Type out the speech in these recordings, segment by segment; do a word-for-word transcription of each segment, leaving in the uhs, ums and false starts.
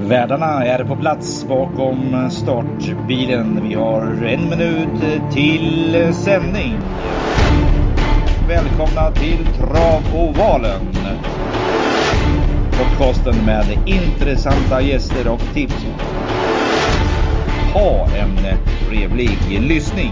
Värdarna är på plats bakom startbilen. Vi har en minut till sändning. Välkomna till Travovalen. Podcasten med intressanta gäster och tips. Ha en trevlig lyssning.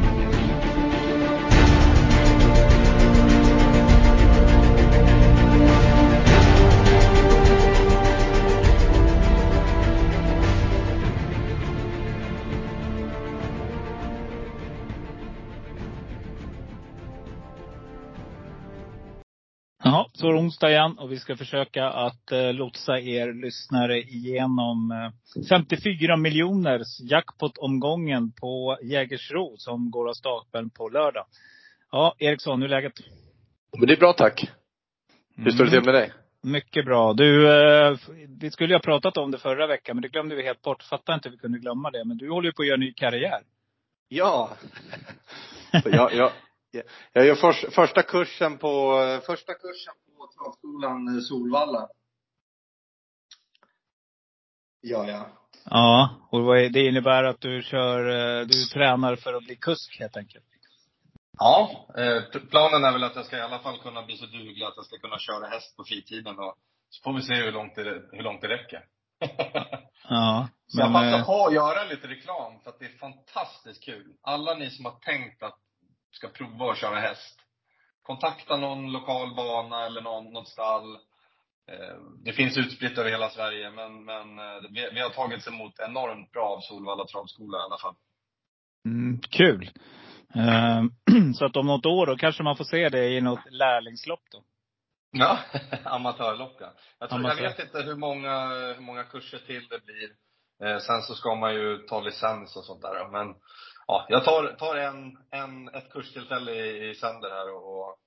Ja, så är det onsdag igen och vi ska försöka att eh, lotsa er lyssnare igenom eh, femtiofyra miljoners jackpot-omgången på Jägersro som går av stapeln på lördag. Ja, Eriksson, hur är läget? Men det är bra, tack. Hur står det till med dig? Mm, mycket bra. Du, eh, vi skulle ju ha pratat om det förra veckan, men det glömde vi helt bort. Fattar inte vi kunde glömma det. Men du håller ju på att göra ny karriär. Ja. jag, jag, jag gör för, första kursen på första kursen på travskolan Solvalla. Ja, ja. Ja, och det innebär att du kör, du tränar för att bli kusk helt enkelt. Ja, planen är väl att jag ska i alla fall kunna bli så duglig att jag ska kunna köra häst på fritiden. Och så får vi se hur långt det, hur långt det räcker. Ja, så jag passar på att göra lite reklam för att det är fantastiskt kul. Alla ni som har tänkt att ska prova att köra häst, kontakta någon lokal bana eller någon, något stall. Det finns utspritt över hela Sverige, men, men vi, vi har tagit emot enormt bra av Solvalla travskola i alla fall. Mm, kul. Uh, så att om något år då kanske man får se det i något lärlingslopp då. Ja, amatörlopp. Jag, tror, Amatör. jag vet inte hur många, hur många kurser till det blir. Eh, sen så ska man ju ta licens och sånt där. Men ja, jag tar, tar en, en, ett kurstillfälle i, i sänder här och, och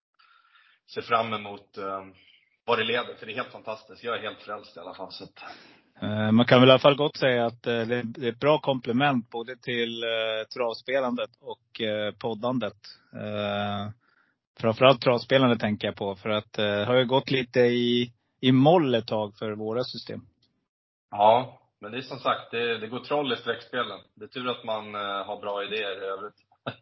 ser fram emot eh, vad det leder. För det är helt fantastiskt. Jag är helt frälst i alla fall. Så att... uh, man kan väl i alla fall gott säga att uh, det, det är ett bra komplement både till uh, travspelandet och uh, poddandet. Uh, Framförallt travspelande tänker jag på. För att eh, har ju gått lite i, i moll ett tag för våra system. Ja, men det är som sagt, det, det går troll i sträckspelen. Det är tur att man eh, har bra idéer i övrigt.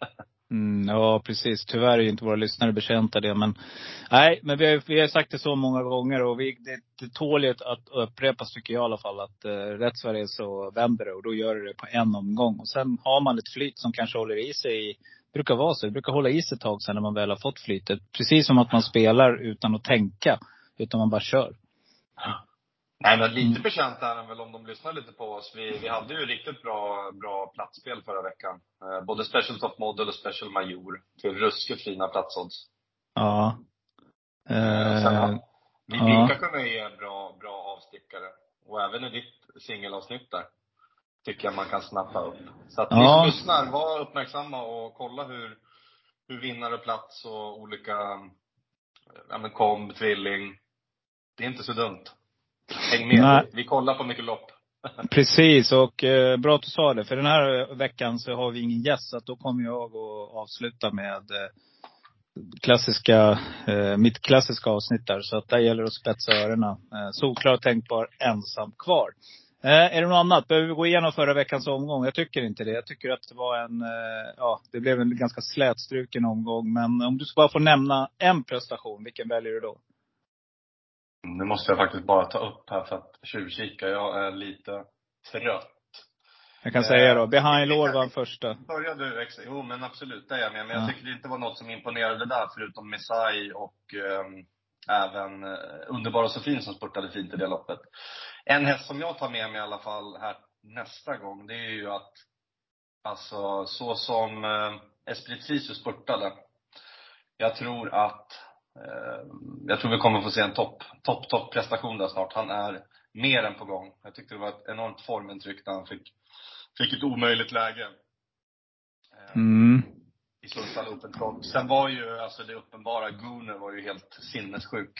mm, ja, precis. Tyvärr är ju inte våra lyssnare betjänta det. Men nej, men vi har, vi har sagt det så många gånger. Och vi, det, det tål att upprepas tycker jag i alla fall. Att eh, rätt Sverige så vänder det. Och då gör det på en omgång. Och sen har man ett flyt som kanske håller i sig i... Det brukar vara så. Det brukar hålla i sig ett tag sen när man väl har fått flytet. Precis som att man spelar utan att tänka. Utan man bara kör. Nej, men lite bekänt är den väl om de lyssnar lite på oss. Vi, vi hade ju riktigt bra, bra platsspel förra veckan. Eh, både Special Top Model och Special Major. Till ruskigt fina platsodds. Ja. Eh, sen, ja, vi ja. brukar kunna ge bra, bra avstickare. Och även i ditt singelavsnitt där tycker jag man kan snappa upp. Så att ja. Ni som lyssnar, var uppmärksamma och kolla hur, hur vinnare plats och olika ja, men komb, tvilling. Det är inte så dumt. Häng med, Nej. vi, vi kollar på mycket lopp. Precis, och eh, bra att du sa det. För den här veckan så har vi ingen gäst. Så att då kommer jag att avsluta med eh, klassiska, eh, mitt klassiska avsnitt där. Så att där gäller det att spetsa öronen. Eh, solklar tänkbar ensam kvar. Eh, är det något annat? Behöver vi gå igenom förra veckans omgång? Jag tycker inte det. Jag tycker att det var en, eh, ja, det blev en ganska slätstruken omgång. Men om du ska bara få nämna en prestation, vilken väljer du då? Nu måste jag faktiskt bara ta upp här för att tjuvkika. Jag är lite trött. Jag kan eh, säga då, Behind Lord var första. Börjar du, jo men absolut, det är jag med. Men ja. Jag tycker det inte var något som imponerade där förutom Messiah och eh, även eh, Underbara Sofin som spurtade fint i det loppet. En häst som jag tar med mig i alla fall här nästa gång, det är ju att alltså så som eh, Esprit Sisu spurtade. Jag tror att eh, jag tror vi kommer få se en topp topp topp prestation där snart. Han är mer än på gång. Jag tyckte det var ett enormt formintryck när han fick fick ett omöjligt läge. Eh, mm. I Sundsvall Open Trot. Sen var ju alltså det uppenbara, Gunnar var ju helt sinnessjuk.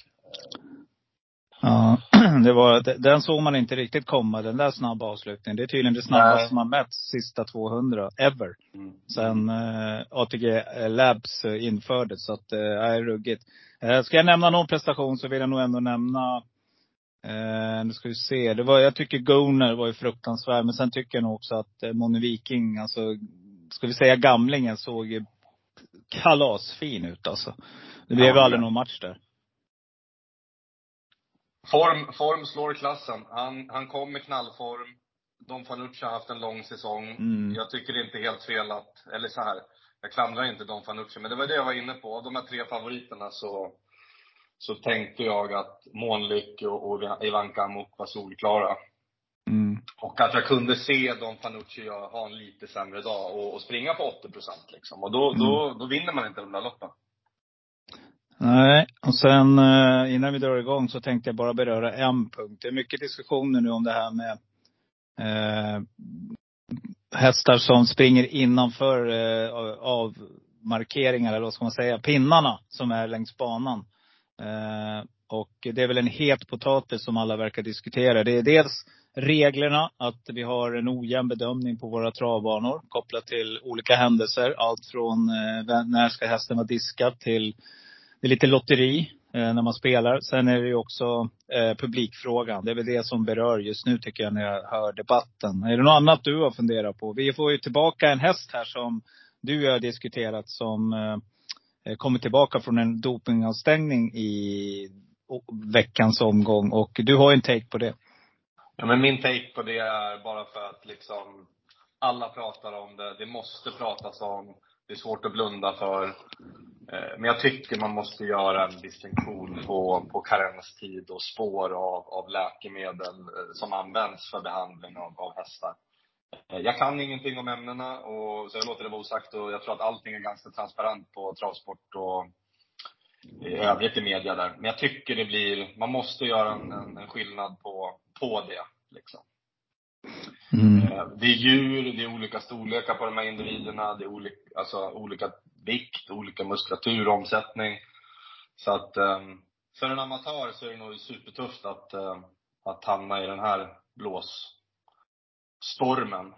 Ja, det var, den såg man inte riktigt komma, den där snabba avslutningen. Det är tydligen det snabbaste som har mätts sista tvåhundra ever. Mm. Sen eh, A T G Labs infördes. Så att det eh, är ruggigt. Eh, ska jag nämna någon prestation så vill jag nog ändå nämna Eh, nu ska vi se. Det var, jag tycker Goner var ju fruktansvärd. Men sen tycker jag nog också att eh, Moni Viking, alltså, ska vi säga gamlingen, såg ju kalasfin ut alltså. Det blev ju Ja, aldrig någon match där. Form, form slår klassen. Han, han kom med knallform. Don Fanucci har haft en lång säsong. Mm. Jag tycker det är inte helt fel att, eller så här, jag klandrar inte Don Fanucci, men det var det jag var inne på. Av de här tre favoriterna så, så tänkte jag att Månlyck och, och Ivanka Amok var solklara. Mm. Och att jag kunde se Don Fanucci ha en lite sämre dag och, och springa på åttio procent liksom. Och då, mm. då, då vinner man inte de där loppen. Nej, och sen innan vi drar igång så tänkte jag bara beröra en punkt. Det är mycket diskussioner nu om det här med eh, hästar som springer innanför eh, avmarkeringar, eller vad ska man säga, pinnarna som är längs banan. Eh, och det är väl en het potatis som alla verkar diskutera. Det är dels reglerna, att vi har en ojämn bedömning på våra travbanor kopplat till olika händelser. Allt från eh, när ska hästen vara diskad till det är lite lotteri eh, när man spelar. Sen är det ju också eh, publikfrågan. Det är väl det som berör just nu tycker jag när jag hör debatten. Är det något annat du har funderat på? Vi får ju tillbaka en häst här som du har diskuterat som eh, kommer tillbaka från en dopingavstängning i veckans omgång. Och du har en take på det. Ja, men min take på det är bara för att liksom alla pratar om det. Det måste pratas om. Det är svårt att blunda för. Men jag tycker man måste göra en distinktion på, på karenstid och spår av, av läkemedel som används för behandling av, av hästar. Jag kan ingenting om ämnena, och så jag låter det vara osagt, och jag tror att allting är ganska transparent på travsport och i övrigt i media där. Men jag tycker det blir, man måste göra en, en, en skillnad på, på det liksom. Mm. Det är djur, det är olika storlekar på de här individerna, det är olika, alltså, olika vikt, olika muskulatur och omsättning. Så att för en amatör så är det nog supertufft att, att hamna i den här blåsstormen.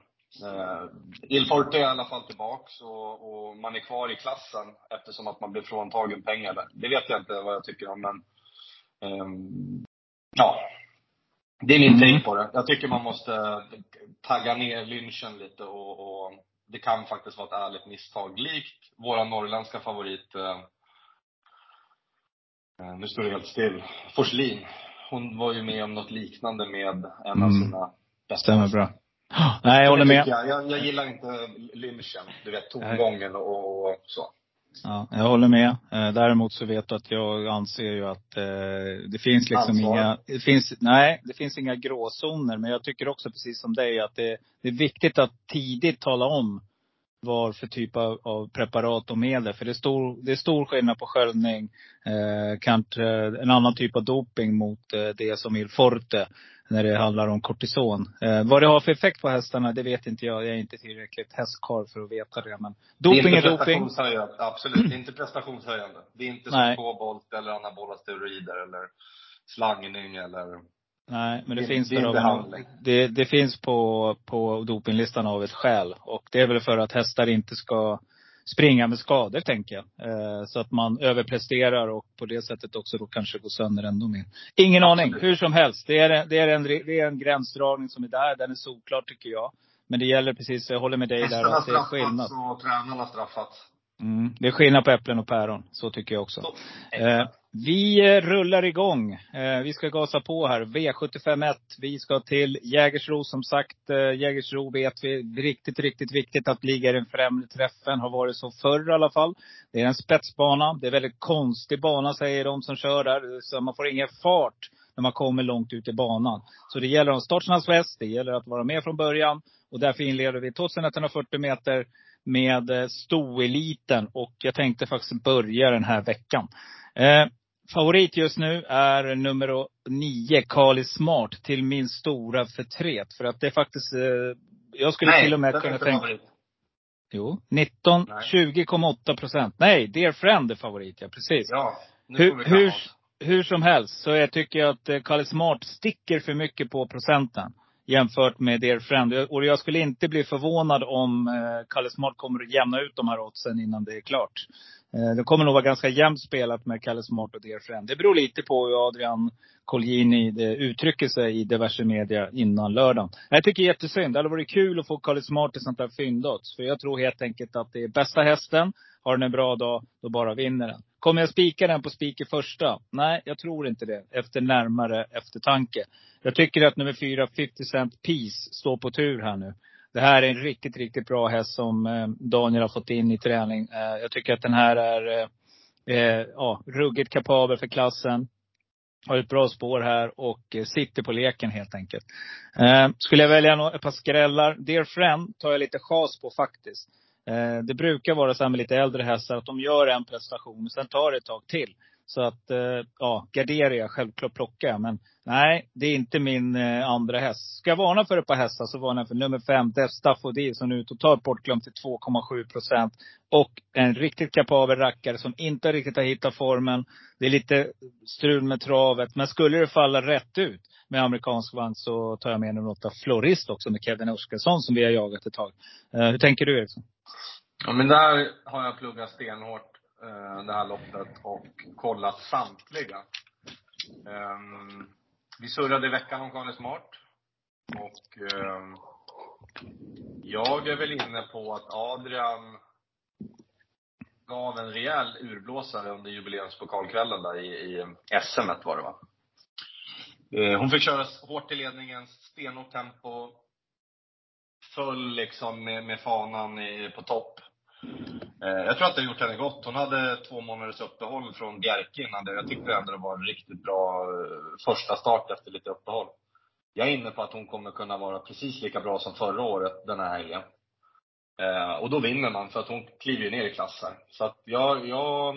Il Forte är i alla fall tillbaks, och, och man är kvar i klassen eftersom att man blir fråntagen pengar där. Det vet jag inte vad jag tycker om, men um, ja, det är min take på det. Jag tycker man måste tagga ner lynchen lite, och, och det kan faktiskt vara ett ärligt misstag. Likt våra norrländska favorit, eh, nu står det helt still, Forslin. Hon var ju med om något liknande med en mm. av sina bästa. Stämmer bra. Nej, jag håller med. Jag. Jag, jag gillar inte lynchen, du vet, tongången och, och så. Ja, jag håller med. Däremot så vet du att jag anser ju att eh, det finns liksom Ansvar. inga det finns, nej, det finns inga gråzoner. Men jag tycker också precis som dig att det, det är viktigt att tidigt tala om vad för typ av, av preparat och medel. För det är stor, det är stor skillnad på sköljning, eh, kanske en annan typ av doping mot eh, det som Il Forte när det handlar om kortison. Eh, vad det har för effekt på hästarna, det vet inte jag. Jag är inte tillräckligt hästkarl för att veta det. Men doping det är, är doping. Absolut, det är inte prestationshöjande. Det är inte som kobolt eller anabola steroider eller slangning eller... Nej, men det, det finns det, där av, det, det finns på, på dopinglistan av ett skäl. Och det är väl för att hästar inte ska springa med skador, tänker jag. Eh, så att man överpresterar och på det sättet också då kanske går sönder ändå mer. Ingen Absolut. aning, hur som helst. Det är, det, är en, det är en gränsdragning som är där. Den är solklar tycker jag. Men det gäller precis, jag håller med dig Hästarna där att det är skillnad. Och tränarna straffat. Mm, det är skillnad på äpplen och päron. Så tycker jag också. Eh, vi rullar igång. Eh, vi ska gasa på här. V sjuttiofem ett. Vi ska till Jägersro. Som sagt, eh, Jägersro vet vi. Riktigt, riktigt viktigt att ligga i den främre träffen. Har varit så förr i alla fall. Det är en spetsbana. Det är väldigt konstig bana, säger de som kör där. Så man får ingen fart när man kommer långt ut i banan. Så det gäller om startsnans väst. Det gäller att vara med från början. Och därför inleder vi tjugoett meter med stoeliten. Och jag tänkte faktiskt börja den här veckan. Eh, favorit just nu är nummer nio, Kali Smart, till min stora förtret. För att det är faktiskt, eh, jag skulle Nej, till och med kunna tänka... Favorit. Jo, nitton, tjugo komma åtta procent. Nej, Dear Friend är favorit, ja precis. Ja, nu hur, får vi hur, hur som helst så jag tycker jag att eh, Kali Smart sticker för mycket på procenten. jämfört med Dear Friend. Och jag skulle inte bli förvånad om eh, Kalle Smart kommer att jämna ut de här oddsen innan det är klart. Eh, det kommer nog vara ganska jämnt spelat med Kalle Smart och Dear Friend. Det beror lite på hur Adrian Colgjini det uttrycker sig i diverse media innan lördagen. Jag tycker det är jättesynd. Det hade varit kul att få Kalle Smart i sånt här fyndodds. För jag tror helt enkelt att det är bästa hästen. Har den en bra dag, då bara vinner den. Kommer jag spika den på spiker första? Nej, jag tror inte det. Efter närmare eftertanke. Jag tycker att nummer fyra, femtio cent Piece, står på tur här nu. Det här är en riktigt, riktigt bra häst som eh, Daniel har fått in i träning. Eh, jag tycker att den här är eh, eh, ja, ruggigt kapabel för klassen. Har ett bra spår här och eh, sitter på leken helt enkelt. Eh, skulle jag välja några, ett par skrällar. Dear Friend tar jag lite chas på faktiskt. Eh, det brukar vara så här med lite äldre hästar att de gör en prestation och sen tar det ett tag till. Så att, eh, ja, garderar jag självklart plocka. Men nej, det är inte min eh, andra häst. Ska jag varna för ett par hästar så varnar jag för nummer fem, Death Staffordil, som nu totalt bortglömt till två komma sju procent. Och en riktigt kapabel rackare som inte riktigt har hittat formen. Det är lite strul med travet. Men skulle det falla rätt ut med amerikansk vagn så tar jag med nummer åtta, Florist också, med Kevin Oskarsson som vi har jagat ett tag. Eh, hur tänker du, Eriksson? Ja, men där har jag pluggat stenhårt eh, det här loppet och kollat samtliga. Um, vi surrade i veckan om Kalle Smart. Och um, jag är väl inne på att Adrian gav en rejäl urblåsare under jubileumspokalkvällen där i, i S M var det, va? Uh, hon fick köra hårt i ledningen, stenhårt tempo. Föll liksom med, med fanan i, på topp. Jag tror att det har gjort henne gott. Hon hade två månaders uppehåll från Bjerke innan det. Jag tyckte ändå det var en riktigt bra första start efter lite uppehåll. Jag är inne på att hon kommer kunna vara precis lika bra som förra året den här helgen. Och då vinner man för att hon kliver ner i klass här. Så att jag, jag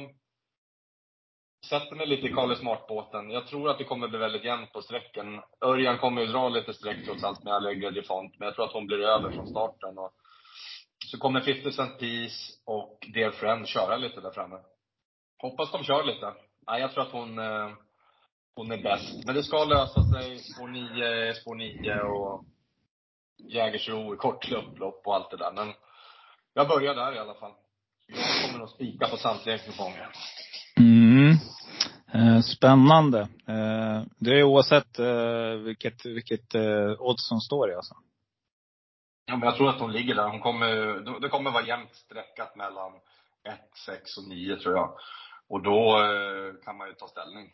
sätter mig lite i Kalle Smart-båten. Jag tror att det kommer bli väldigt jämnt på sträcken. Örjan kommer ju dra lite sträck trots allt med Allegra de Font. Men jag tror att hon blir över från starten. Och så kommer femtio cent Piece och Dear Friend köra lite där framme. Hoppas de kör lite. Nej, jag tror att hon, eh, hon är bäst. Men det ska lösa sig. Spår nio, spår nio och Jägersro, kortlig upplopp och allt det där. Men jag börjar där i alla fall. Jag kommer att spika på samtliga kuponger. Mm. Eh, spännande. Eh, det är oavsett eh, vilket, vilket eh, odds som står i alltså. Ja, men jag tror att hon ligger där. Hon kommer, det kommer vara jämnt sträckat mellan ett, sex och nio tror jag. Och då eh, kan man ju ta ställning.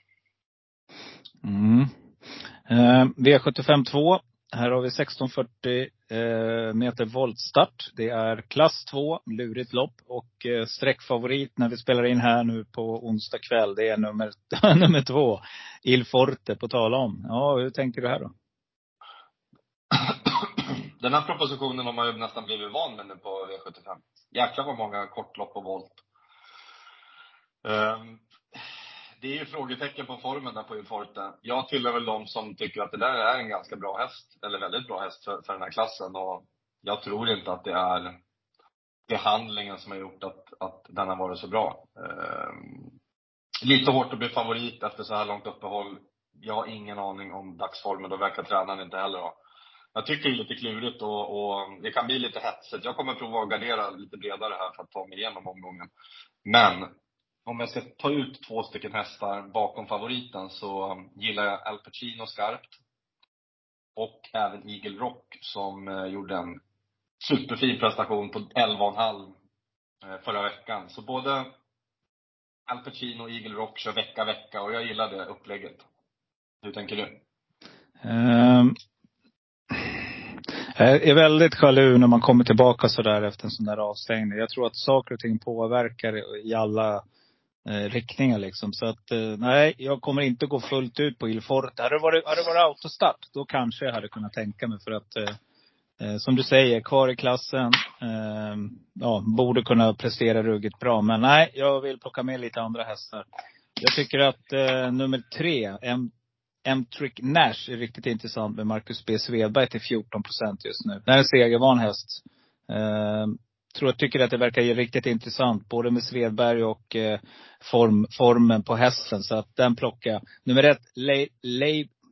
Mm. Eh, V sjuttiofem två. Här har vi sexton fyrtio eh, meter voltstart. Det är klass två, lurigt lopp. Och eh, sträckfavorit när vi spelar in här nu på onsdag kväll. Det är nummer, nummer två, Il Forte på tala om. Ja, hur tänker du här då? Den här propositionen har man ju nästan blivit van med nu på V sjuttiofem. Jäklar vad många kortlopp och volt. Um, det är ju frågetecken på formen där på Il Forte. Jag tillhör väl de som tycker att det där är en ganska bra häst. Eller väldigt bra häst för, för den här klassen. Och jag tror inte att det är behandlingen som har gjort att, att den har varit så bra. Um, lite hårt att bli favorit efter så här långt uppehåll. Jag har ingen aning om dagsformen. Då verkar tränaren inte heller ha. Jag tycker det är lite klurigt och, och det kan bli lite hetsigt. Jag kommer prova att gardera lite bredare här för att ta mig igenom omgången. Men om jag ska ta ut två stycken hästar bakom favoriten så gillar jag Al Pacino skarpt. Och även Eagle Rock som eh, gjorde en superfin prestation på elva komma fem eh, förra veckan. Så både Al Pacino och Eagle Rock kör vecka vecka och jag gillar det upplägget. Hur tänker du? Um... Jag är väldigt sjalu när man kommer tillbaka så där efter en sån där avstängning. Jag tror att saker och ting påverkar i alla eh, riktningar liksom. Så att eh, nej, jag kommer inte gå fullt ut på Il Forte. Hade det varit, hade det varit autostart, då kanske jag hade kunnat tänka mig. För att eh, som du säger, kvar i klassen. Eh, ja, borde kunna prestera ruggigt bra. Men nej, jag vill plocka med lite andra hästar. Jag tycker att eh, nummer tre, M M-Trick Nash är riktigt intressant med Marcus B. Svedberg till fjorton procent just nu. Det är en segervan häst. Eh, tror jag tycker att det verkar riktigt intressant. Både med Svedberg och eh, form, formen på hästen. Så att den plockar. Nummer ett, Le, Le,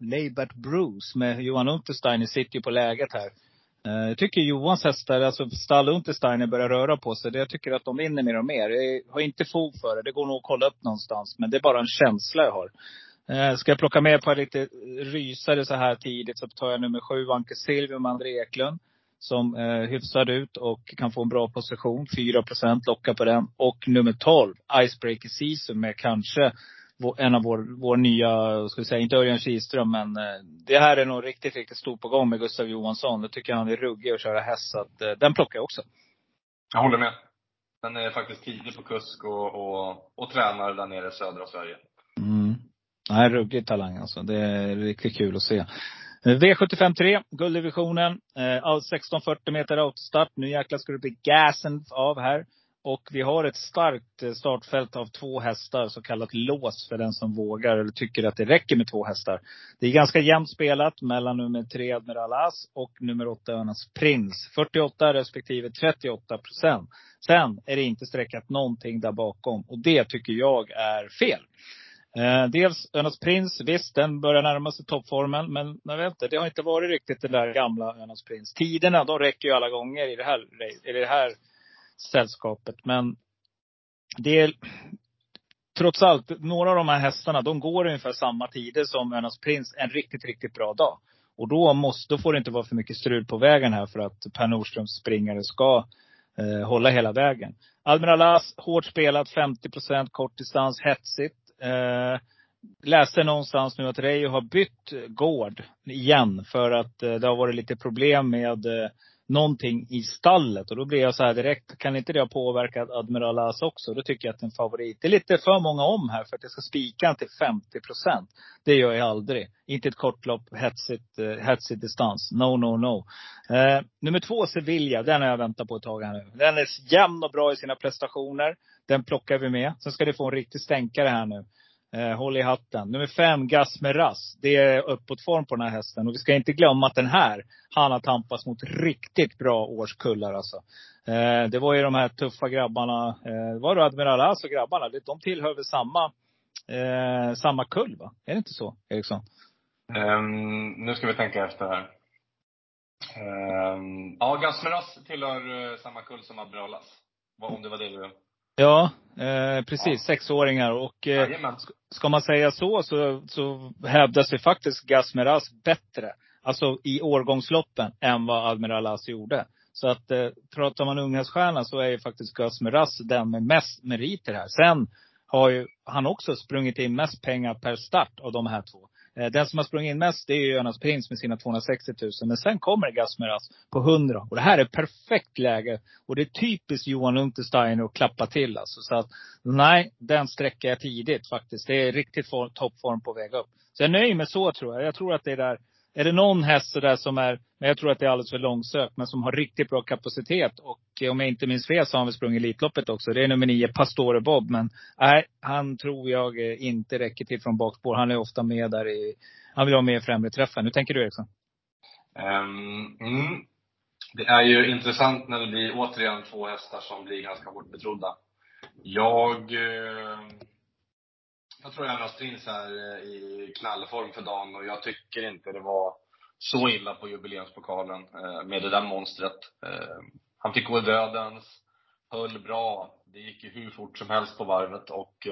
Labatt Bruce med Johan Untersteiner sitter ju på läget här. Uh, jag tycker Johans hästar, alltså stall Untersteiner börjar röra på sig. Det jag tycker att de vinner mer och mer. Jag har inte fog för det. Det går nog att kolla upp någonstans. Men det är bara en känsla jag har. Uh, ska jag plocka med på lite rysare så här tidigt, så tar jag nummer sju, Anke Silvio med André Eklund. Som uh, hyfsar ut och kan få en bra position. fyra procent lockar på den. Och nummer tolv, Icebreaker Season med kanske en av vår, vår nya, ska vi säga, inte Örjan Kihlström, men eh, det här är nog riktigt, riktigt stort på gång med Gustav Johansson. Det tycker han är ruggig att köra häst, så att, eh, den plockar jag också. Jag håller med. Den är faktiskt tidig på kusk och, och, och tränare där nere i södra Sverige. Mm. Nej, ruggig talang alltså. Det är riktigt kul att se. V sjuttiofem tre, gulddivisionen. Eh, sexton fyrtio meter autostart. Nu jäkla ska det bli gasen av här. Och vi har ett starkt startfält av två hästar, så kallat lås för den som vågar eller tycker att det räcker med två hästar. Det är ganska jämnt spelat mellan nummer tre Admiral As och nummer åtta Önas Prins. fyrtioåtta respektive trettioåtta procent. Sen är det inte sträckat någonting där bakom, och det tycker jag är fel. Eh, dels Önas Prins, visst den börjar närma sig toppformen, men jag vet inte, det har inte varit riktigt det där gamla Önas Prins. Tiderna, de räcker ju alla gånger i det här, i det här sällskapet. Men det är trots allt, några av de här hästarna, de går ungefär samma tider som Önas Prins en riktigt, riktigt bra dag. Och då, måste, då får det inte vara för mycket strul på vägen här för att Per Nordströms springare ska eh, hålla hela vägen. Admiral As, hårt spelat, femtio procent, kort distans, hetsigt. Eh, läste någonstans nu att Reijo har bytt gård igen för att eh, det har varit lite problem med eh, någonting i stallet. Och då blir jag så här direkt, kan inte det ha påverkat Admiral As också? Då tycker jag att en favorit, det är lite för många om här för att jag ska spika till femtio procent. Det gör jag aldrig. Inte ett kortlopp, hetsigt, uh, hetsigt distans. No, no, no. Uh, nummer två, Sevilla, den har jag väntat på ett tag här nu. Den är jämn och bra i sina prestationer. Den plockar vi med. Sen ska det få en riktig stänkare här nu. Eh, håll i hatten. Nummer fem, Gas med Rass. Det är uppåt form på den här hästen. Och vi ska inte glömma att den här, han har tampats mot riktigt bra årskullar alltså. Eh, det var ju de här tuffa grabbarna. Eh, var det Admiral As och grabbarna? De tillhör väl samma, eh, samma kull, va? Är det inte så, Eriksson? Um, nu ska vi tänka efter här. Um, ja, Gas med Rass tillhör uh, samma kull som Admiral As. Om det var det du... Ja, eh, precis. Ja. Sexåringar. Och eh, ska man säga så, så, så hävdas ju faktiskt Gas med Rass bättre. Alltså i årgångsloppen än vad Admiral As gjorde. Så att eh, pratar man unghäststjärna så är ju faktiskt Gas med Rass den med mest meriter här. Sen har ju han också sprungit in mest pengar per start av de här två. Den som har sprungit in mest, det är ju Önas Prins med sina tvåhundrasextio tusen. Men sen kommer Gas med Rass på hundra. Och det här är perfekt läge. Och det är typiskt Johan Untersteiner att klappa till. Alltså. Så att nej, den sträcker jag tidigt faktiskt. Det är riktigt for, toppform på väg upp. Så jag är nöjd med så, tror jag. Jag tror att det är där. Är det någon häst där som är, men jag tror att det är alldeles för långsökt, men som har riktigt bra kapacitet. Och om jag inte minns fel så har han väl sprungit Elitloppet också. Det är nummer nio, Pastore Bob. Men nej, han tror jag inte räcker till från bakspår. Han är ofta med där i, han vill ha med i främre träffen. Hur tänker du, Eriksson? Um, mm. Det är ju intressant när det blir återigen två hästar som blir ganska hårt betrodda. Jag... Uh... Jag tror att Önas Prins är i knallform för dagen. Och jag tycker inte det var så illa på jubileumspokalen med det där monstret. Han fick gå i dödens. Höll bra. Det gick ju hur fort som helst på varvet. Och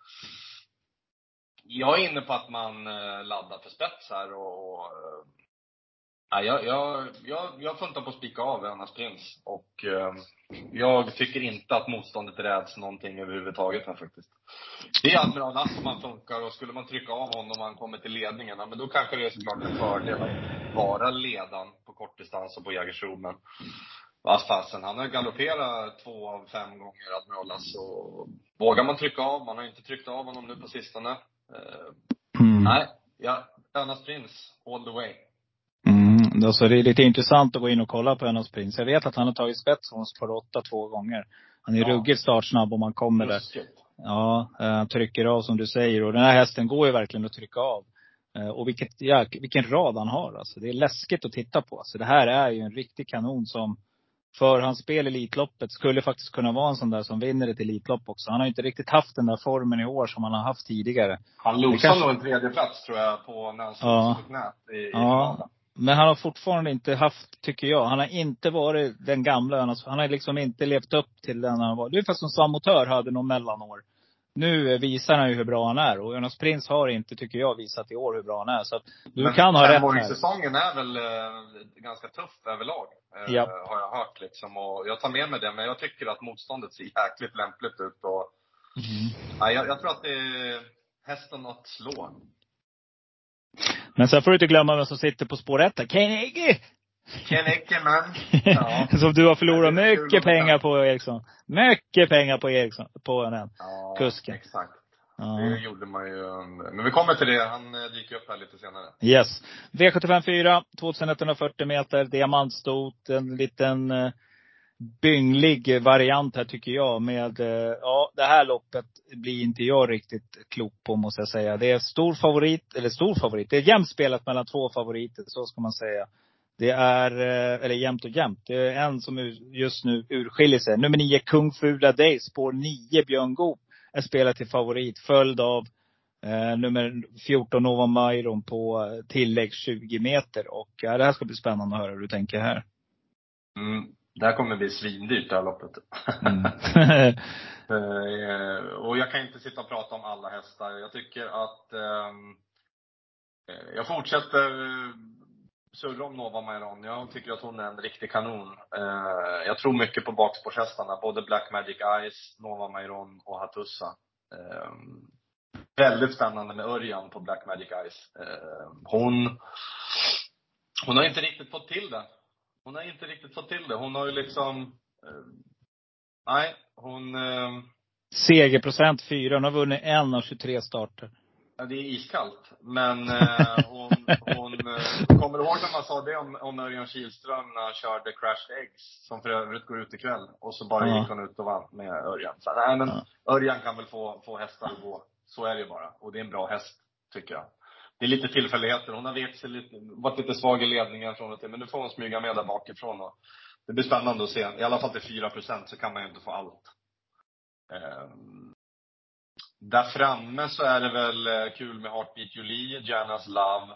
jag är inne på att man laddar för spets här. Och, och, nej, jag, jag, jag, jag funtar på att spika av Önas Prins. Och jag tycker inte att motståndet räds någonting överhuvudtaget här faktiskt. Det är Admiral As som man funkar, och skulle man trycka av honom om man kommer till ledningen, men då kanske det är såklart en fördel att vara ledan på kortdistans och på Jägersro. Men vad fasen, han har galopperat två av fem gånger, Admiral As, och vågar man trycka av? Man har inte tryckt av honom nu på sistone. Uh, mm. Nej, ja, Önas Prins all the way. Mm, alltså det är lite intressant att gå in och kolla på Önas Prins. Jag vet att han har tagit spets på åtta två gånger. Han är ja. ruggigt startsnabb om man kommer Just där. Det. Ja, han trycker av som du säger. Och den här hästen går ju verkligen att trycka av. Och vilket, ja, vilken rad han har. Alltså. Det är läskigt att titta på. Så det här är ju en riktig kanon som för hans spel i Elitloppet skulle faktiskt kunna vara en sån där som vinner ett Elitlopp också. Han har inte riktigt haft den där formen i år som han har haft tidigare. Han losade kanske... nog en tredje plats tror jag på när han slog ja. sig på knät i, i ja. Men han har fortfarande inte haft, tycker jag. Han har inte varit den gamla. Han har liksom inte levt upp till den han var. Det är fast som Samotör hade någon mellanår. Nu visar han ju hur bra han är. Och Jonas Prins har inte, tycker jag, visat i år hur bra han är. Så att du men kan ha rätt här. Säsongen är väl eh, ganska tuff överlag. Eh, ja. Har jag hört liksom. Och jag tar med mig det. Men jag tycker att motståndet ser jäkligt lämpligt ut. Och, mm. ja, jag, jag tror att det är hästen att slå. Men sen får du inte glömma vem som sitter på spår ett. Kenegge! Kenegge, man. Ja. Som du har förlorat mycket pengar på, Eriksson. Mycket pengar på Eriksson. På den ja, kusken. Exakt. Ja. Det gjorde man ju. Men vi kommer till det. Han dyker upp här lite senare. Yes. V sjuttiofem fyra. tjugoett fyrtio meter. Diamantstot. En liten uh, bynglig variant här tycker jag. Med, uh, ja, det här loppet blir inte jag riktigt klok på, måste jag säga. Det är stor favorit. Eller stor favorit. Det är jämnt spelat mellan två favoriter. Så ska man säga. Det är, eller jämnt och jämnt. Det är en som just nu urskiljer sig. Nummer nio, Kung Fula Day. Spår nio, Björn Goop är spelat till favorit. Följd av eh, nummer fjorton, Nova Myron på tillägg tjugo meter. Och ja, det här ska bli spännande att höra hur du tänker här. Mm, det här kommer bli svindyrt det här loppet. Mm. Och jag kan inte sitta och prata om alla hästar. Jag tycker att eh, jag fortsätter surra om Nova Myron. Jag tycker att hon är en riktig kanon. Eh, jag tror mycket på bakspårshästarna. Både Black Magic Eyes, Nova Myron och Hattusa. Eh, väldigt spännande med Örjan på Black Magic Eyes. Eh, hon, hon har inte riktigt fått till det. Hon har inte riktigt fått till det. Hon har ju liksom... Eh, nej, hon... Eh, Segerprocent fyra. Hon har vunnit en av tjugotre starter. Ja, det är iskallt. Men eh, hon, hon eh, kommer du ihåg när man sa det om, om Örjan Kihlström när han körde Crashed Eggs, som för övrigt går ut ikväll, och så bara ja. gick hon ut och vann med Örjan. Så, nej, men ja. Örjan kan väl få, få hästar att gå. Så är det bara. Och det är en bra häst, tycker jag. Det är lite tillfälligheter. Hon har vet sig lite, varit lite svag i ledningen från och till, men nu får hon smyga med där bakifrån. Och det blir spännande att se. I alla fall till fyra procent så kan man ju inte få allt. Eh, Där framme så är det väl kul med Heartbeat Julie, Janas Love.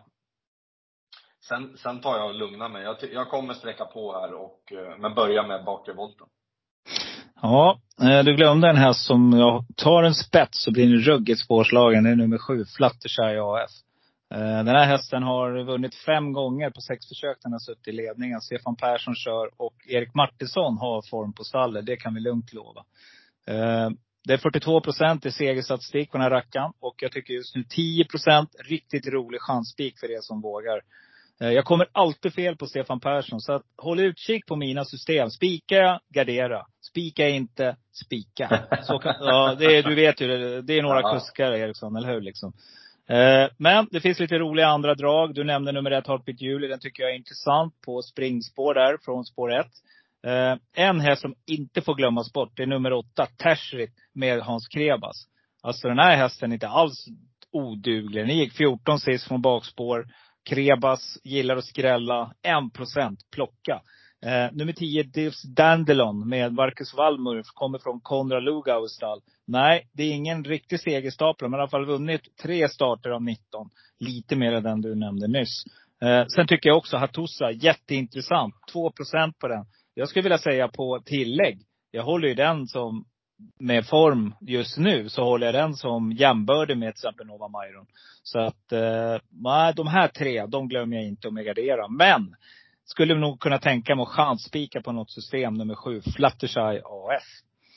Sen, sen tar jag och lugnar mig. Jag, jag kommer sträcka på här, och, men börja med bakre volten. Ja, du glömde en häst som jag tar en spets så blir en ruggigt spårslagen. Det är nummer sju, Fluttershy A F. Den här hästen har vunnit fem gånger på sex försök. Den har suttit i ledningen. Stefan Persson kör och Erik Martinsson har form på stallet. Det kan vi lugnt lova. Det är fyrtiotvå procent i segerstatistik på den här rackan. Och jag tycker just nu tio procent riktigt rolig chansspik för er som vågar. Jag kommer alltid fel på Stefan Persson. Så att håll utkik på mina system. Spika, gardera. Spika inte, spika. Så kan, ja, det är, du vet ju, det, det är några ja. kuskar, Eriksson, eller hur liksom. Men det finns lite roliga andra drag. Du nämnde nummer ett, Heartbeat Julie. Den tycker jag är intressant på springspår där från spår ett. Uh, en här som inte får glömmas bort, det är nummer åtta, Tashrit med Hans Krebas. Alltså den här hästen är inte alls oduglig. Den gick fjorton sist från bakspår. Krebas gillar att skrälla. en procent plocka. Uh, nummer tio, Divs Dandelon med Marcus Wallmur, kommer från Konrad Lugauers stall. Nej, det är ingen riktig segerstapel, men i alla fall vunnit tre starter av nitton. Lite mer än den du nämnde nyss. Uh, sen tycker jag också Hattusa, jätteintressant. två procent på den. Jag skulle vilja säga på tillägg. Jag håller ju den som med form just nu. Så håller jag den som jämbördig med till exempel Nova Myron. Så att eh, de här tre, de glömmer jag inte att gardera. Men skulle nog kunna tänka mig att chanspika på något system. Nummer sju, Fluttershy A F.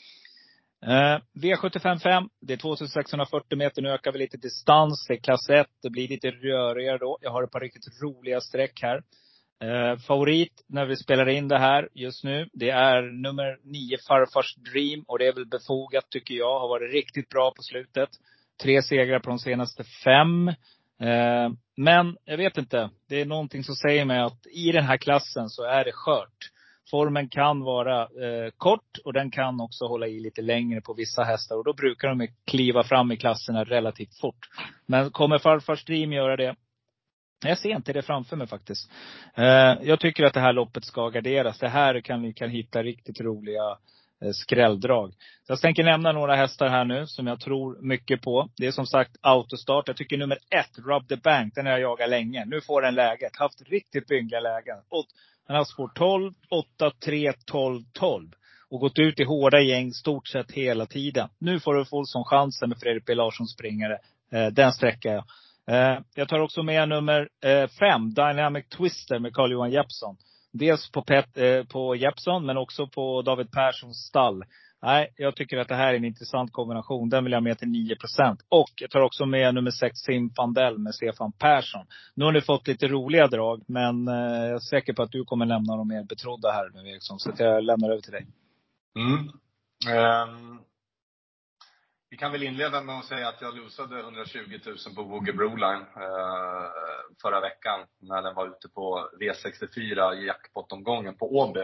Eh, V sjuttiofem fem, det är tjugosexhundrafyrtio meter. Nu ökar vi lite distans. Det är klass ett, det blir lite rörigare då. Jag har ett par riktigt roliga streck här. Eh, favorit när vi spelar in det här just nu, det är nummer nio, Farfars Dream. Och det är väl befogat tycker jag. Har varit riktigt bra på slutet. Tre segrar på de senaste fem. eh, Men jag vet inte. Det är någonting som säger mig att i den här klassen så är det skört. Formen kan vara eh, kort. Och den kan också hålla i lite längre på vissa hästar. Och då brukar de kliva fram i klasserna relativt fort. Men kommer Farfars Dream göra det? Jag ser inte det framför mig faktiskt. Eh, jag tycker att det här loppet ska garderas. Det här kan vi kan hitta riktigt roliga eh, skrälldrag. Så jag tänker nämna några hästar här nu som jag tror mycket på. Det är som sagt autostart. Jag tycker nummer ett, Rub the Bank, den har jag jagat länge. Nu får den läget. Haft riktigt bygga lägen. Och han har spår tolv, åtta, tre, tolv, tolv. Och gått ut i hårda gäng stort sett hela tiden. Nu får du få som chansen med Fredrik B. Larsson springare. Eh, den sträcker jag. Uh, jag tar också med nummer uh, fem, Dynamic Twister med Carl-Johan Jeppsson. Dels på, Pet, uh, på Jeppsson men också på David Perssons stall. Nej, jag tycker att det här är en intressant kombination. Den vill jag med till nio procent. Och jag tar också med nummer sex, Simfandel med Stefan Persson. Nu har ni fått lite roliga drag, men uh, jag är säker på att du kommer lämna dem mer betrodda här nu, Eriksson. Så att jag lämnar över till dig. Mm. Um... Vi kan väl inleda med att säga att jag losade hundratjugo tusen på Woogie Broline eh, förra veckan när den var ute på V sextiofyra i jackpot-omgången på Åby.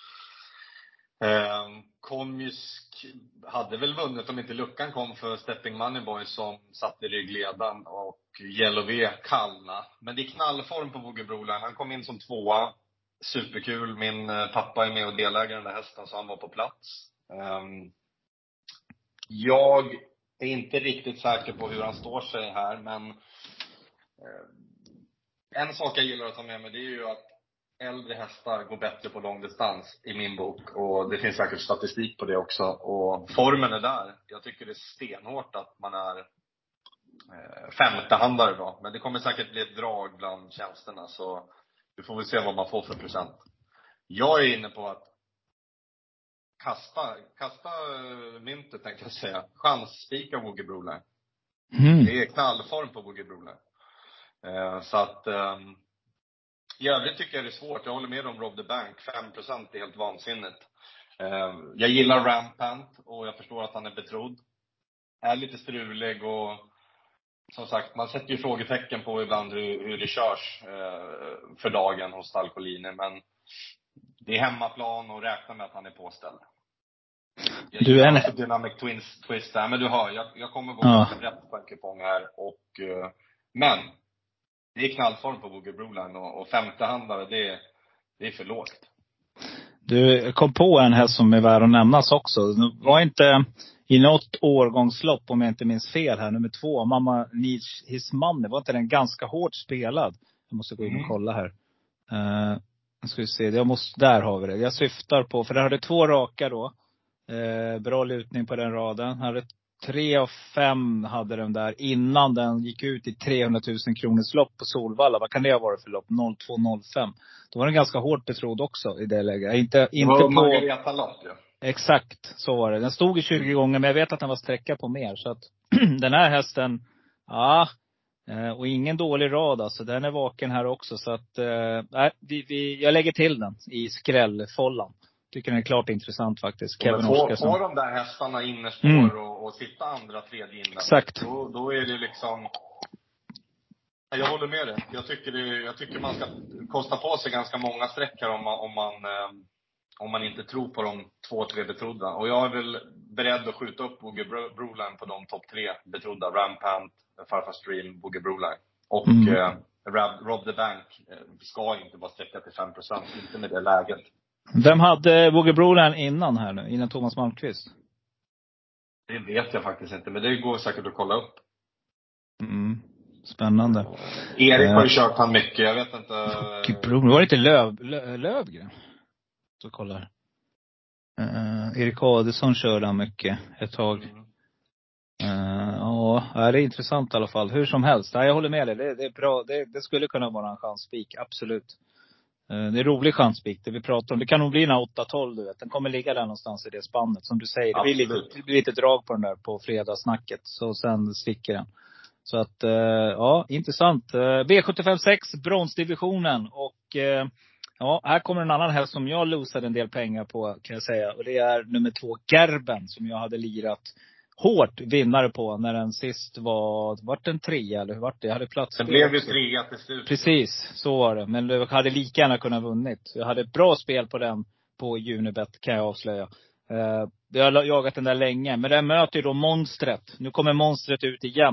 Eh, Komisk hade väl vunnit om inte luckan kom för Stepping Moneyboy som satt i ryggledan och Yellow V Kallna. Men det är knallform på Woogie Broline. Han kom in som tvåa. Superkul. Min pappa är med och delägare den där hästen så han var på plats. Eh, Jag är inte riktigt säker på hur han står sig här, men eh, en sak jag gillar att ta med mig, det är ju att äldre hästar går bättre på långdistans i min bok. Och det finns säkert statistik på det också. Och formen är där. Jag tycker det är stenhårt att man är eh, femtehandare då. Men det kommer säkert bli ett drag bland tjänsterna. Så vi får väl se vad man får för procent. Jag är inne på att Kasta, kasta myntet tänkte jag säga. Chansspika Woogie Broline. Mm. Det är knallform på Woogie Broline. Eh, så att eh, i övrigt tycker jag det är svårt. Jag håller med om Rob the Bank. fem procent är helt vansinnigt. Eh, jag gillar Rampant och jag förstår att han är betrodd. Är lite strulig och som sagt, man sätter ju frågetecken på ibland hur, hur det körs eh, för dagen hos Stalcolini. Men det är hemmaplan och räkna med att han är påställd. Jag du är en Dynamic Twins twist där, men du hör, jag, jag kommer gå ja. rätt på en kupong här och uh, men det är knallform på Woogie Broline och, och femtehandare, det är, det är för lågt. Du kom på en här som är värd att nämnas också. Det var inte i något årgångslopp, om jag inte minns fel här, nummer två, Mamma Needs His Money, var inte den ganska hårt spelad? Jag måste gå in och kolla här. Uh, ska vi se, jag måste, där har vi det. Jag syftar på, för det hade två raka då. Eh, bra lutning på den raden. Han hade tre av fem hade den där innan den gick ut i trehundratusen kronors lopp på Solvalla. Vad kan det ha varit för lopp? noll två noll fem. Då var den ganska hårt betrodd också i det läget. Inte, inte på Margareta-lopp, ja. Exakt, så var det. Den stod i tjugo gånger, men jag vet att den var sträcka på mer. Så att den här hästen, ja, och ingen dålig rad alltså. Den är vaken här också. Så att, eh, vi, vi, jag lägger till den i skrällfållan. Tycker den är klart intressant faktiskt. Kevin Oskarsson. Får de där hästarna innerspår mm. och, och sitta andra, tredje innan. Exakt. Då, då är det liksom... Jag håller med dig. Jag tycker, det, jag tycker man ska kosta på sig ganska många sträckor om man, om man, eh, om man inte tror på de två, tre betrodda. Och jag är väl beredd att skjuta upp Woogie Broline på de topp tre betrodda. Rampant, Farfar Stream, Woogie Broline. Och mm. eh, Rob, Rob the Bank eh, ska inte vara sträcka till fem procent. Inte med det läget. Vem hade Woogie Broline innan här nu? Innan Thomas Malmqvist? Det vet jag faktiskt inte. Men det går säkert att kolla upp. Mm. Spännande. Erik har ju uh, kört han mycket. Jag vet inte. Woogie Broline. Var det inte Löv, Löv, Lövgren? Så kollar. Uh, Erik Adelsson körde han mycket ett tag. Mm. Uh, ja, det är intressant i alla fall. Hur som helst. Ja, jag håller med dig. Det, det är bra. Det, det skulle kunna vara en chansspik. Absolut. Det är en rolig chansspik det vi pratar om. Det kan nog bli en åtta tolv, du vet. Den kommer ligga där någonstans i det spannet. Som du säger, det blir, lite, det blir lite drag på den där på fredagssnacket. Så sen sticker den. Så att, ja, intressant. V sjuttiofem sex, bronsdivisionen. Och ja, här kommer en annan häst som jag losade en del pengar på, kan jag säga. Och det är nummer två, Gerben, som jag hade lirat hårt vinnare på när den sist var, vart den trea eller hur vart det? Jag hade plats. Den blev ju trea till slut. Precis, så var det. Men du hade lika gärna kunnat vunnit. Jag hade ett bra spel på den på Unibet, kan jag avslöja. Uh, jag har jagat den där länge. Men den möter ju då monstret. Nu kommer monstret ut igen.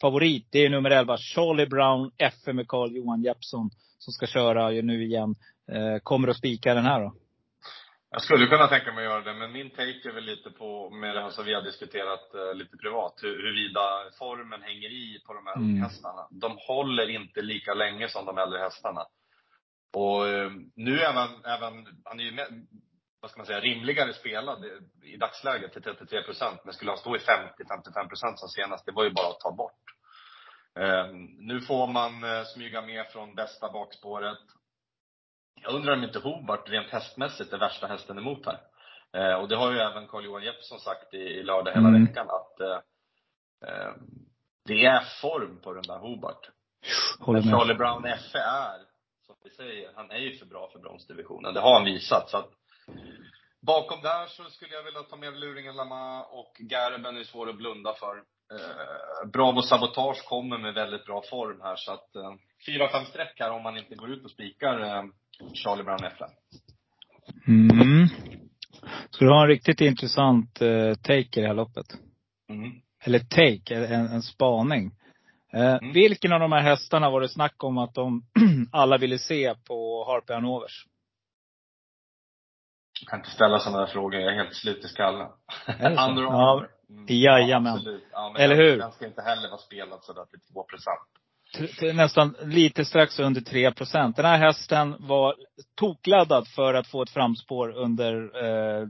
favorit, det är nummer elva, Charlie Brown F M med Carl-Johan Jeppsson, som ska köra nu igen. Eh, kommer att spika den här då? Jag skulle kunna tänka mig att göra det, men min take är väl lite på med det här som vi har diskuterat eh, lite privat, hur, huruvida formen hänger i på de här mm. unghästarna. De håller inte lika länge som de äldre hästarna. Och eh, nu är man även, han är ju med, vad ska man säga, rimligare spelad i dagsläget till trettiotre procent, men skulle han stå i femtio till femtiofem procent som senast, det var ju bara att ta bort. Eh, nu får man eh, smyga med från bästa bakspåret. Jag undrar om inte Hobart rent hästmässigt är värsta hästen emot här. Eh, och det har ju även Carl-Johan Jeppsson sagt i, i lördag hela mm. veckan, att eh, det är form på den där Hobart. Men Charlie Brown F är, som vi säger, han är ju för bra för bronsdivisionen. Det har han visat. Så att bakom där så skulle jag vilja ta med Luringen Lama, och Garben är svår att blunda för. Eh, Bravo Sabotage kommer med väldigt bra form här, så att eh, fyra fem streck här om man inte går ut och spikar eh, Charlie Brown F. Mm. Så du har en riktigt intressant eh, take i det här loppet. Mm. Eller take, en, en spaning. Eh, mm. Vilken av de här hästarna var det snack om att de alla ville se på Harpe Hanovers? Jag kan inte ställa sådana här frågor, jag är helt slut i skallen. Andra ja, mm. Jajamän. Ja, eller hur? Den ska inte heller vara spelad sådär till två procent. Nästan lite strax under tre procent. Den här hästen var tokladdad för att få ett framspår under eh,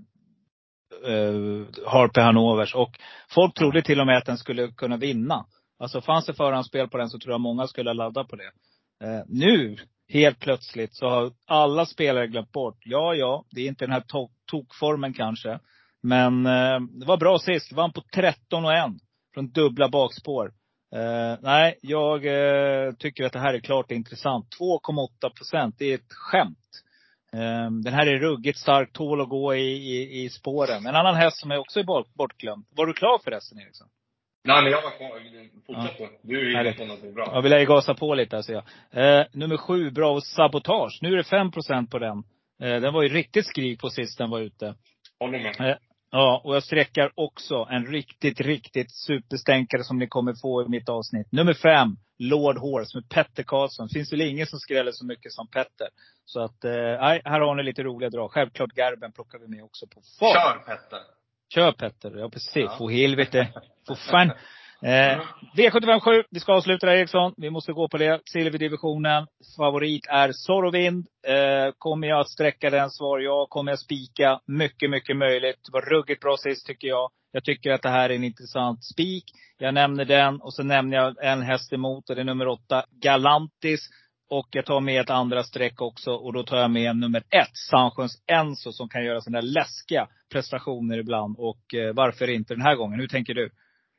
eh, Harpe Hanovers. Och folk trodde till och med att den skulle kunna vinna. Alltså fanns det förhandsspel på den, så tror jag många skulle ladda på det. Eh, nu, helt plötsligt, så har alla spelare glömt bort. Ja, ja, det är inte den här to- tokformen kanske. Men eh, det var bra sist. Det vann på tretton och ett från dubbla bakspår. Uh, nej, jag uh, tycker att det här är klart intressant. två komma åtta procent, det är ett skämt. Uh, den här är ruggigt stark, tål att gå i, i, i spåren. En annan häst som är också bort, bortglömd. Var du klar för resten, Eriksson? Nej, men jag var klar. Fortsätt då. Ja. Du är inne på något bra. Jag vill ju gasa på lite här, ser jag. Uh, nummer sju, Bravo Sabotage. Nu är det fem procent på den. Uh, den var ju riktigt skrik på sist den var ute. Håller med. Uh, Ja, och jag sträckar också en riktigt, riktigt superstänkare som ni kommer få i mitt avsnitt. Nummer fem, Lord Horse med Petter Karlsson. Finns väl ingen som skräller så mycket som Petter. Så att, nej, eh, här har ni lite roliga drag. Självklart Garben plockar vi med också på fart. Kör Petter. Kör Petter, ja precis. Ja. Få helvete. Få fan. Eh, V sjuttiofem sju, vi ska avsluta där, Eriksson. Vi måste gå på det. Silverdivisionen. Favorit är Sorovind. Eh, kommer jag att sträcka den? Svar ja. Kommer jag spika? Mycket, mycket möjligt. Det var ruggigt bra sist, tycker jag. Jag tycker att det här är en intressant spik. Jag nämner den. Och så nämner jag en häst emot. Och det är nummer åtta, Galantis. Och jag tar med ett andra streck också. Och då tar jag med nummer ett, Sanchons Enzo. Som kan göra sådana där läskiga prestationer ibland. Och eh, varför inte den här gången? Hur tänker du?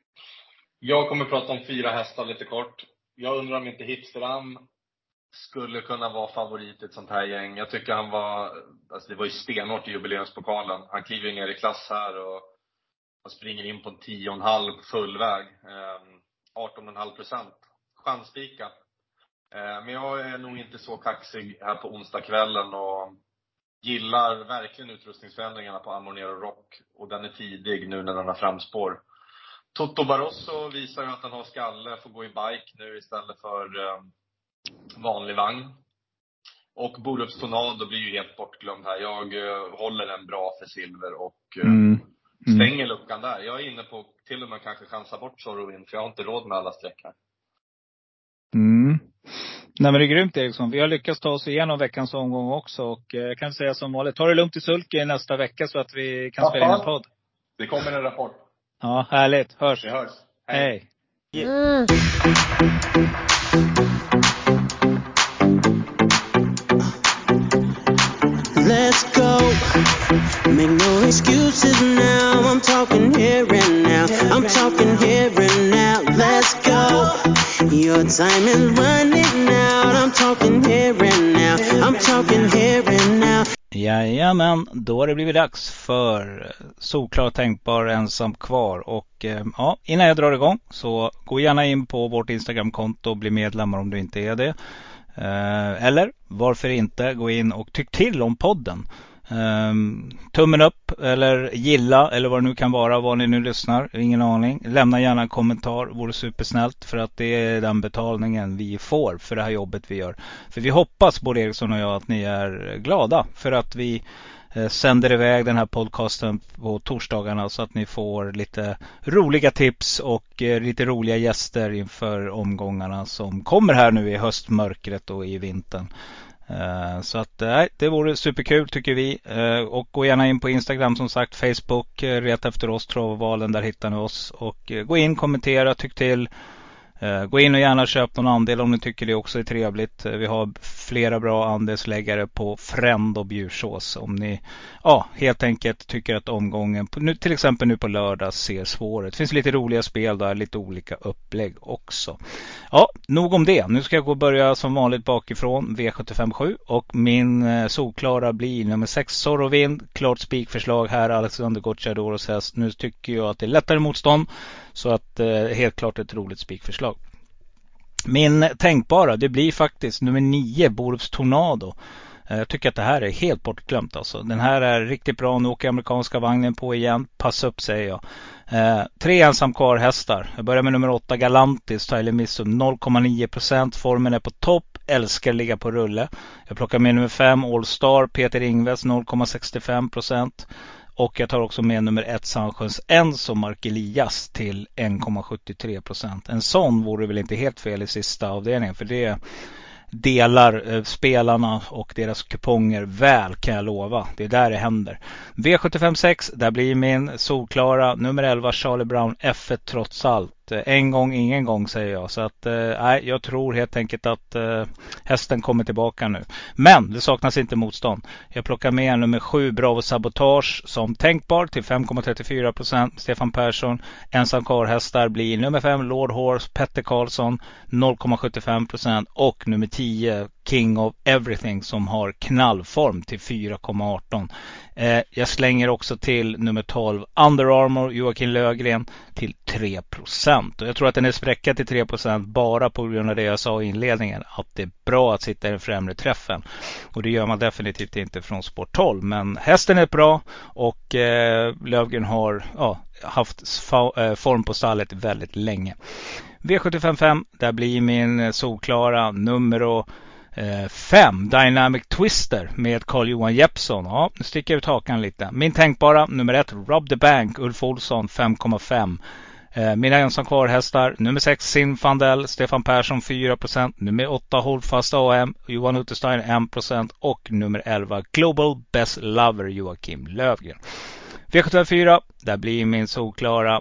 Jag kommer prata om fyra hästar lite kort. Jag undrar om inte Hipsteram skulle kunna vara favorit i ett sånt här gäng. Jag tycker han var, alltså det var ju stenhårt i jubileumspokalen. Han kliver ner i klass här och, och springer in på en tio komma fem full väg. Eh, arton komma fem procent. Chanspika. Eh, men jag är nog inte så kaxig här på onsdagskvällen och gillar verkligen utrustningsförändringarna på Amornero Rock. Och den är tidig nu när den har framspår. Toto Barroso visar ju att han har skalle, får gå i bike nu istället för eh, vanlig vagn. Och Borups Tornado blir ju helt bortglömd här. Jag eh, håller en bra för silver och eh, mm. Mm. stänger luckan där. Jag är inne på till och med kanske chansa bort Sorovind, för jag har inte råd med alla streck här. Mm. Nej, men det är grymt, Eriksson. Vi har lyckats ta oss igenom veckans omgång också. Och eh, jag kan säga som vanligt, ta det lugnt i sulke nästa vecka så att vi kan spela in en podd. Det kommer en rapport. Ja, härligt. Hörs. Vi hörs. Hej. Hej. Mm. Let's go. Make no excuses now. I'm talking here and now. I'm talking here and now. Let's go. Your time is running out. I'm talking here and now. I'm talking here and now. Jajamän, då har det blivit dags för Solklar Tänkbar Ensam Kvar. Och eh, ja, innan jag drar igång så gå gärna in på vårt Instagramkonto och bli medlemmar om du inte är det. Eh, eller varför inte gå in och tyck till om podden. Um, tummen upp eller gilla eller vad det nu kan vara, vad ni nu lyssnar, ingen aning. Lämna gärna en kommentar, vore supersnällt, för att det är den betalningen vi får för det här jobbet vi gör. För vi hoppas, både Eriksson och jag, att ni är glada för att vi eh, sänder iväg den här podcasten på torsdagarna, så att ni får lite roliga tips och eh, lite roliga gäster inför omgångarna som kommer här nu i höstmörkret och i vintern. Uh, så att nej, det vore superkul tycker vi. Uh, och gå gärna in på Instagram, som sagt, Facebook, uh, ret efter oss, Travvalen, där hittar ni oss. Och uh, gå in, kommentera, tyck till. Uh, gå in och gärna köp någon andel om ni tycker det också är trevligt. Uh, vi har flera bra andelsläggare på Fränd och Bjursås om ni ja, helt enkelt tycker att omgången på, nu, till exempel nu på lördag, ser svår ut. Det finns lite roliga spel där, lite olika upplägg också. Ja, nog om det. Nu ska jag gå och börja som vanligt bakifrån, V sjuttiofem sju, och min eh, solklara blir nummer sex Zorrovind. Klart spikförslag här, Alexander Gocciadoros häst. Nu tycker jag att det är lättare motstånd, så att eh, helt klart ett roligt spikförslag. Min tänkbara, det blir faktiskt nummer nio Borups Tornado. Jag tycker att det här är helt bortglömt alltså. Den här är riktigt bra. Nu åker amerikanska vagnen på igen. Pass upp, säger jag. Eh, tre ensam kvar hästar. Jag börjar med nummer åtta Galantis, Tyler Missum, noll komma nio procent. Formen är på topp. Älskar ligga på rulle. Jag plockar med nummer fem All Star, Peter Ingves, noll komma sextiofem procent. Och jag tar också med nummer ett Sandsjöns Enzo Mark Elias till en komma sjuttiotre procent. En sån vore väl inte helt fel i sista avdelningen, för det delar eh, spelarna och deras kuponger väl, kan jag lova. Det är där det händer. V sjuttiofem sex, där blir min solklara nummer elva Charlie Brown F ett trots allt. En gång, ingen gång, säger jag. Så att, nej, eh, jag tror helt enkelt att eh, hästen kommer tillbaka nu. Men det saknas inte motstånd. Jag plockar med nummer sju Bravo Sabotage som tänkbar till fem komma trettiofyra procent. Stefan Persson. Ensam karlhästar blir nummer fem Lord Horse, Petter Karlsson, noll komma sjuttiofem procent. Och nummer tio King of Everything som har knallform till fyra komma arton. Eh, jag slänger också till nummer tolv Under Armour, Joakim Löfgren, till tre procent. Och jag tror att den är spräckad till tre procent bara på grund av det jag sa i inledningen, att det är bra att sitta i den främre träffen. Och det gör man definitivt inte från sport tolv. Men hästen är bra och eh, Löfgren har ja, haft fa- eh, form på stallet väldigt länge. V sjuttiofem fem, där blir min solklara nummer och fem Dynamic Twister med Carl-Johan Jeppsson. Ja, nu sticker jag ut hakan lite. Min tänkbara nummer ett Rob the Bank, Ulf Olsson, fem komma fem. Mina ensam kvar hästar nummer sex Sinfandel, Stefan Persson, fyra procent. Nummer åtta Holdfast A M, Johan Utterstein, en procent. Och nummer elva Global Best Lover, Joakim Löfgren. V sjuttiofem fyra, där blir min solklara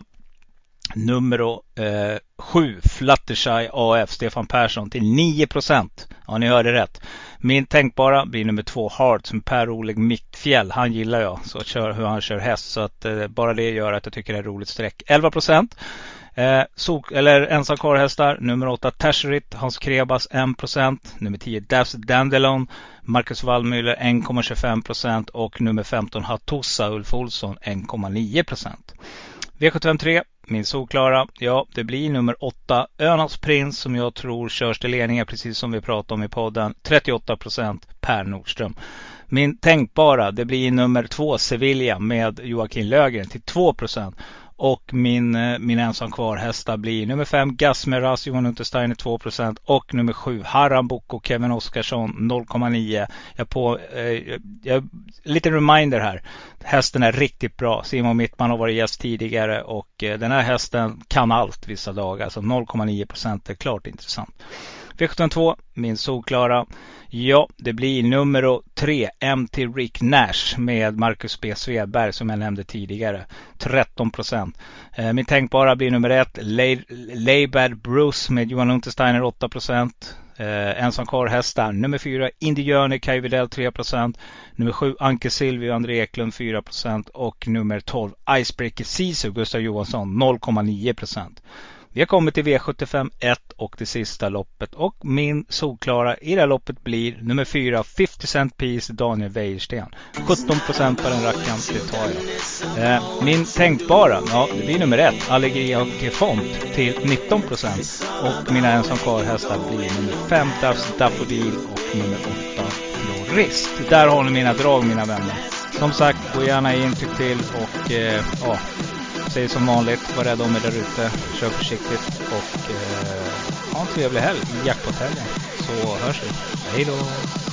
nummer eh, sju Fluttershy A F, Stefan Persson, till nio procent. Ja, ni hörde rätt. Min tänkbara blir nummer två Heart som Per-Oleg Mittfjäll. Han gillar jag, så kör hur han kör häst. Så att eh, bara det gör att jag tycker det är roligt streck. elva procent. Eh, so, eller ensam karlhästar. Nummer åtta Tasherit, Hans Krebas, en procent. Nummer tio Dash Dandelon, Marcus Wallmüller, en komma tjugofem procent. Och nummer femton Hattusa, Ulf Olsson, en komma nio procent. V sjuttiofem tre, min solklara, ja, det blir nummer åtta Önas Prins, som jag tror körs till ledningar, precis som vi pratade om i podden, trettioåtta procent Per Nordström. Min tänkbara, det blir nummer två Sevilla med Joakim Löfgren till två procent. Och min, min ensam kvar hästar blir nummer fem Gasmeras, Johan Untersteiner, två procent. Och nummer sju Harambok och Kevin Oskarsson, noll komma nio. Jag på, eh, jag, lite reminder här. Hästen är riktigt bra. Simon Mittman har varit gäst tidigare. Och eh, den här hästen kan allt vissa dagar. Så noll komma nio procent är klart intressant. V sjuttionio, min solklara. Ja, det blir nummer tre M T Rick Nash med Marcus B. Svedberg som jag nämnde tidigare. tretton procent. Eh, min tänkbara blir nummer ett Laybad Bruce med Johan Untersteiner, åtta procent. Eh, ensam karlhästar. Nummer fyra Indiöne Kai Widell, tre procent. Nummer sju Anke Silvi och André Eklund, fyra procent. Och nummer tolv Icebreaker Sisu, Gustav Johansson, noll komma nio procent. Vi har kommit till V sjuttiofem ett och det sista loppet. Och min solklara i det här loppet blir nummer fyra femtio cent piece Daniel Wäjersten. sjutton procent på den rackaren, det tar jag. Eh, min tänkbara, ja, det blir nummer ett Allegria Font till nitton procent. Och mina ensam kvar hästar blir nummer fem Daffodil och nummer åtta Florida. risk. Där har ni mina drag, mina vänner. Som sagt, gå gärna in, tyck till och eh, ja, säg som vanligt, var rädda om er där ute, kör försiktigt och eh, ha en trevlig helg i jackpot-helgen. Så hörs vi. Hej då!